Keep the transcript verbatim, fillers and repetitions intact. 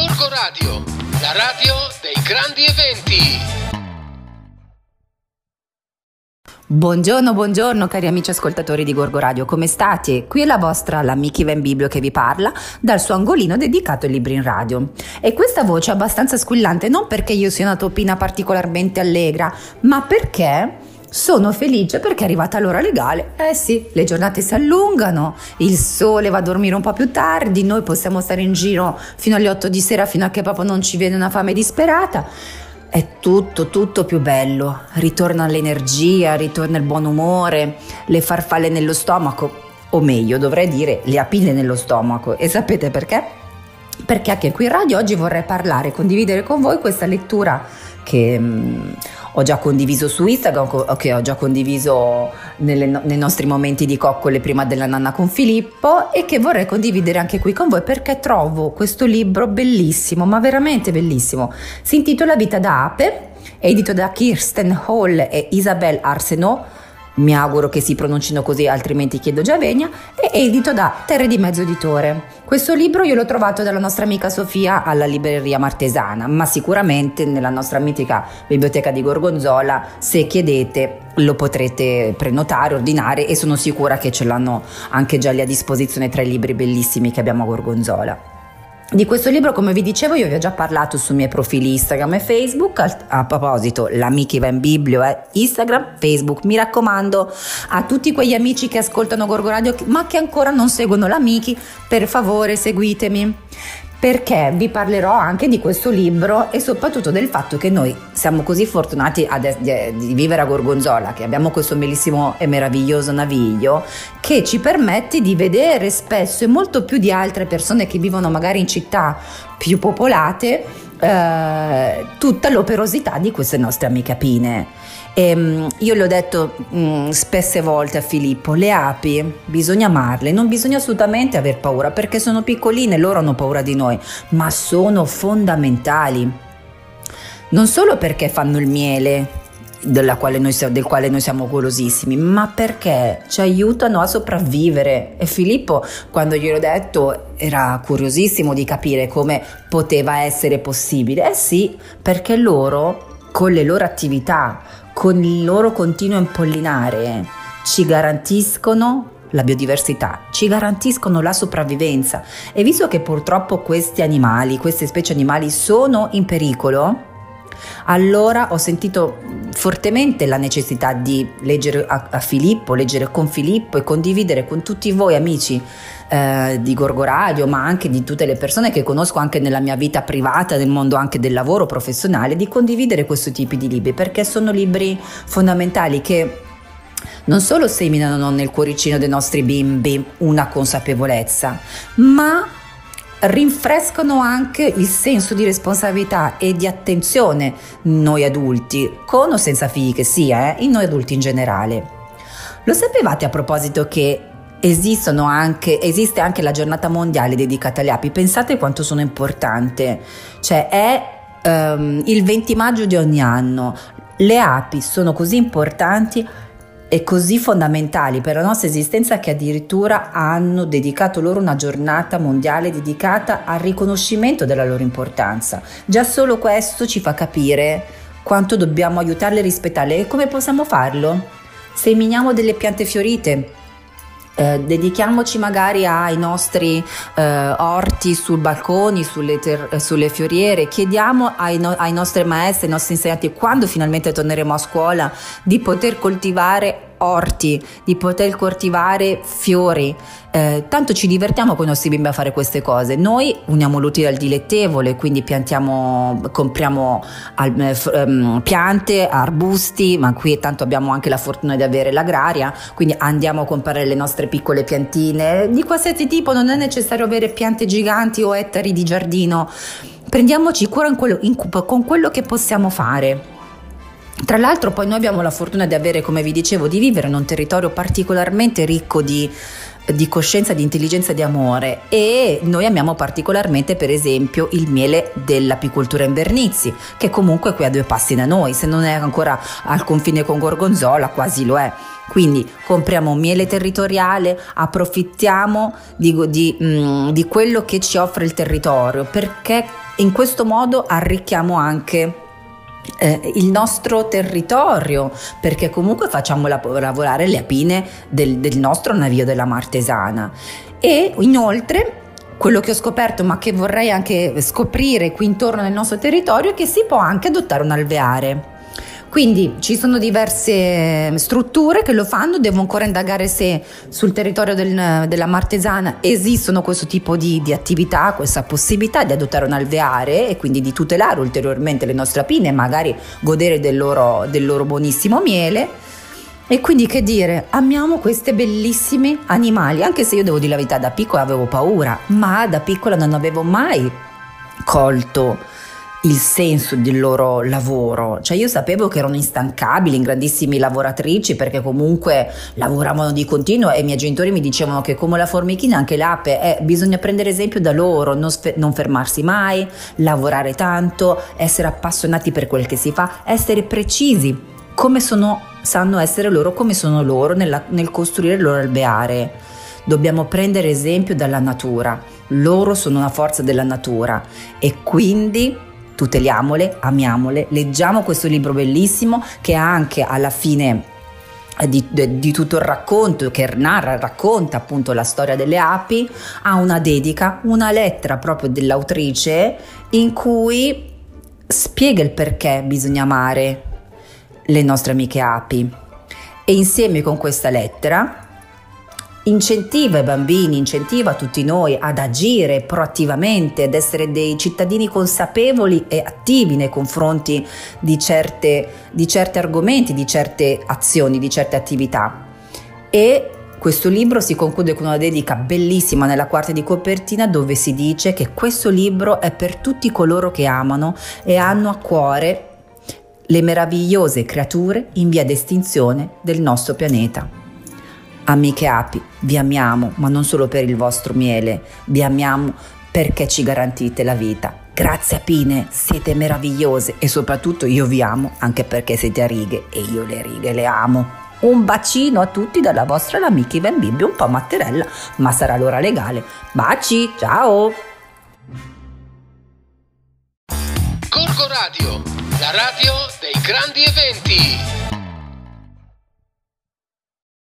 Gorgo Radio, la radio dei grandi eventi. Buongiorno, buongiorno cari amici ascoltatori di Gorgo Radio, come state? Qui è la vostra, la Miki Van Biblio che vi parla dal suo angolino dedicato ai libri in radio. E questa voce è abbastanza squillante non perché io sia una topina particolarmente allegra, ma perché sono felice perché è arrivata l'ora legale. Eh sì, le giornate si allungano, il sole va a dormire un po' più tardi, noi possiamo stare in giro fino alle otto di sera, fino a che proprio non ci viene una fame disperata. È tutto, tutto più bello, ritorna l'energia, ritorna il buon umore, le farfalle nello stomaco, o meglio dovrei dire le apine nello stomaco. E sapete perché? Perché anche qui in radio oggi vorrei parlare, condividere con voi questa lettura che mh, ho già condiviso su Instagram, che ho già condiviso nelle, nei nostri momenti di coccole prima della nanna con Filippo, e che vorrei condividere anche qui con voi perché trovo questo libro bellissimo, ma veramente bellissimo. Si intitola Vita da ape, è edito da Kirsten Hall e Isabelle Arsenault, mi auguro che si pronuncino così, altrimenti chiedo già venia, e è edito da Terre di Mezzo Editore. Questo libro io l'ho trovato dalla nostra amica Sofia alla libreria Martesana, ma sicuramente nella nostra mitica biblioteca di Gorgonzola, se chiedete lo potrete prenotare, ordinare, e sono sicura che ce l'hanno anche già lì a disposizione tra i libri bellissimi che abbiamo a Gorgonzola. Di questo libro, come vi dicevo, io vi ho già parlato sui miei profili Instagram e Facebook. A, a proposito, la Miki Van Biblio è Instagram, Facebook. Mi raccomando a tutti quegli amici che ascoltano Gorgo Radio ma che ancora non seguono la Miki, per favore seguitemi, perché vi parlerò anche di questo libro e soprattutto del fatto che noi siamo così fortunati ad, di, di vivere a Gorgonzola, che abbiamo questo bellissimo e meraviglioso naviglio che ci permette di vedere spesso, e molto più di altre persone che vivono magari in città più popolate, eh, tutta l'operosità di queste nostre amiche apine. E, io le ho detto mh, spesse volte a Filippo, le api bisogna amarle, non bisogna assolutamente aver paura perché sono piccoline, loro hanno paura di noi, ma sono fondamentali, non solo perché fanno il miele della quale noi, del quale noi siamo golosissimi, ma perché ci aiutano a sopravvivere. E Filippo, quando gliel'ho detto, era curiosissimo di capire come poteva essere possibile. Eh sì, perché loro con le loro attività, con il loro continuo impollinare, ci garantiscono la biodiversità, ci garantiscono la sopravvivenza. E visto che purtroppo questi animali, queste specie animali sono in pericolo, allora ho sentito fortemente la necessità di leggere a, a Filippo, leggere con Filippo e condividere con tutti voi amici eh, di Gorgo Radio, ma anche di tutte le persone che conosco anche nella mia vita privata, nel mondo anche del lavoro professionale, di condividere questo tipo di libri, perché sono libri fondamentali che non solo seminano nel cuoricino dei nostri bimbi una consapevolezza, ma rinfrescano anche il senso di responsabilità e di attenzione noi adulti, con o senza figli che sia, eh, in noi adulti in generale. Lo sapevate a proposito che esistono anche, esiste anche la giornata mondiale dedicata alle api? Pensate quanto sono importante, cioè è um, il venti maggio di ogni anno. Le api sono così importanti e così fondamentali per la nostra esistenza che addirittura hanno dedicato loro una giornata mondiale dedicata al riconoscimento della loro importanza. Già solo questo ci fa capire quanto dobbiamo aiutarle e rispettarle. E come possiamo farlo? Seminiamo delle piante fiorite, eh, dedichiamoci magari ai nostri eh, orti sul balconi, sulle, ter- sulle fioriere, chiediamo ai, no- ai nostri maestri, ai nostri insegnanti, quando finalmente torneremo a scuola, di poter coltivare orti, di poter coltivare fiori. Eh, tanto ci divertiamo con i nostri bimbi a fare queste cose. Noi uniamo l'utile al dilettevole, quindi piantiamo, compriamo al, eh, f- um, piante, arbusti, ma qui tanto abbiamo anche la fortuna di avere l'agraria, quindi andiamo a comprare le nostre piccole piantine di qualsiasi tipo. Non è necessario avere piante giganti o ettari di giardino, prendiamoci cura in quello, in, con quello che possiamo fare. Tra l'altro poi noi abbiamo la fortuna di avere, come vi dicevo, di vivere in un territorio particolarmente ricco di, di coscienza, di intelligenza e di amore, e noi amiamo particolarmente per esempio il miele dell'apicoltura Invernizzi, che comunque è qui a due passi da noi, se non è ancora al confine con Gorgonzola quasi lo è. Quindi compriamo miele territoriale, approfittiamo di, di, mh, di quello che ci offre il territorio, perché In questo modo arricchiamo anche Eh, il nostro territorio, perché comunque facciamo la, lavorare le apine del, del nostro naviglio della Martesana. E inoltre quello che ho scoperto, ma che vorrei anche scoprire qui intorno nel nostro territorio, è che si può anche adottare un alveare. Quindi ci sono diverse strutture che lo fanno, devo ancora indagare se sul territorio del, della Martesana esistono questo tipo di, di attività, questa possibilità di adottare un alveare e quindi di tutelare ulteriormente le nostre apine e magari godere del loro, del loro buonissimo miele. E quindi che dire, amiamo questi bellissimi animali, anche se io devo dire la verità, da piccola avevo paura, ma da piccola non avevo mai colto il senso del loro lavoro. Cioè io sapevo che erano instancabili, grandissimi lavoratrici, perché comunque lavoravano di continuo e i miei genitori mi dicevano che come la formichina anche l'ape, eh, bisogna prendere esempio da loro, non, sfe- non fermarsi mai, lavorare tanto, essere appassionati per quel che si fa, essere precisi come sono, sanno essere loro, come sono loro nella, nel costruire il loro alveare. Dobbiamo prendere esempio dalla natura, loro sono una forza della natura e quindi tuteliamole, amiamole, leggiamo questo libro bellissimo che ha anche alla fine di, di, di tutto il racconto, che narra, racconta appunto la storia delle api, ha una dedica, una lettera proprio dell'autrice in cui spiega il perché bisogna amare le nostre amiche api e insieme con questa lettera incentiva i bambini, incentiva tutti noi ad agire proattivamente, ad essere dei cittadini consapevoli e attivi nei confronti di certe, di certi argomenti, di certe azioni, di certe attività. E questo libro si conclude con una dedica bellissima nella quarta di copertina dove si dice che questo libro è per tutti coloro che amano e hanno a cuore le meravigliose creature in via d'estinzione del nostro pianeta. Amiche api, vi amiamo, ma non solo per il vostro miele, vi amiamo perché ci garantite la vita. Grazie apine, siete meravigliose e soprattutto io vi amo anche perché siete a righe e io le righe le amo. Un bacino a tutti dalla vostra l'amica Ivan Bibbio, un po' matterella, ma sarà l'ora legale. Baci, ciao! Gorgo Radio, la radio dei grandi eventi.